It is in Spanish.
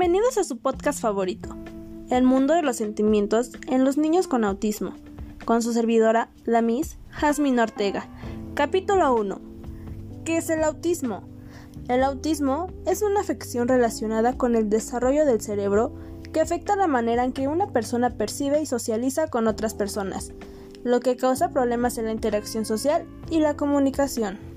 Bienvenidos a su podcast favorito, El mundo de los sentimientos en los niños con autismo, con su servidora, la Miss Jazmín Ortega. Capítulo 1. ¿Qué es el autismo? El autismo es una afección relacionada con el desarrollo del cerebro que afecta la manera en que una persona percibe y socializa con otras personas, lo que causa problemas en la interacción social y la comunicación.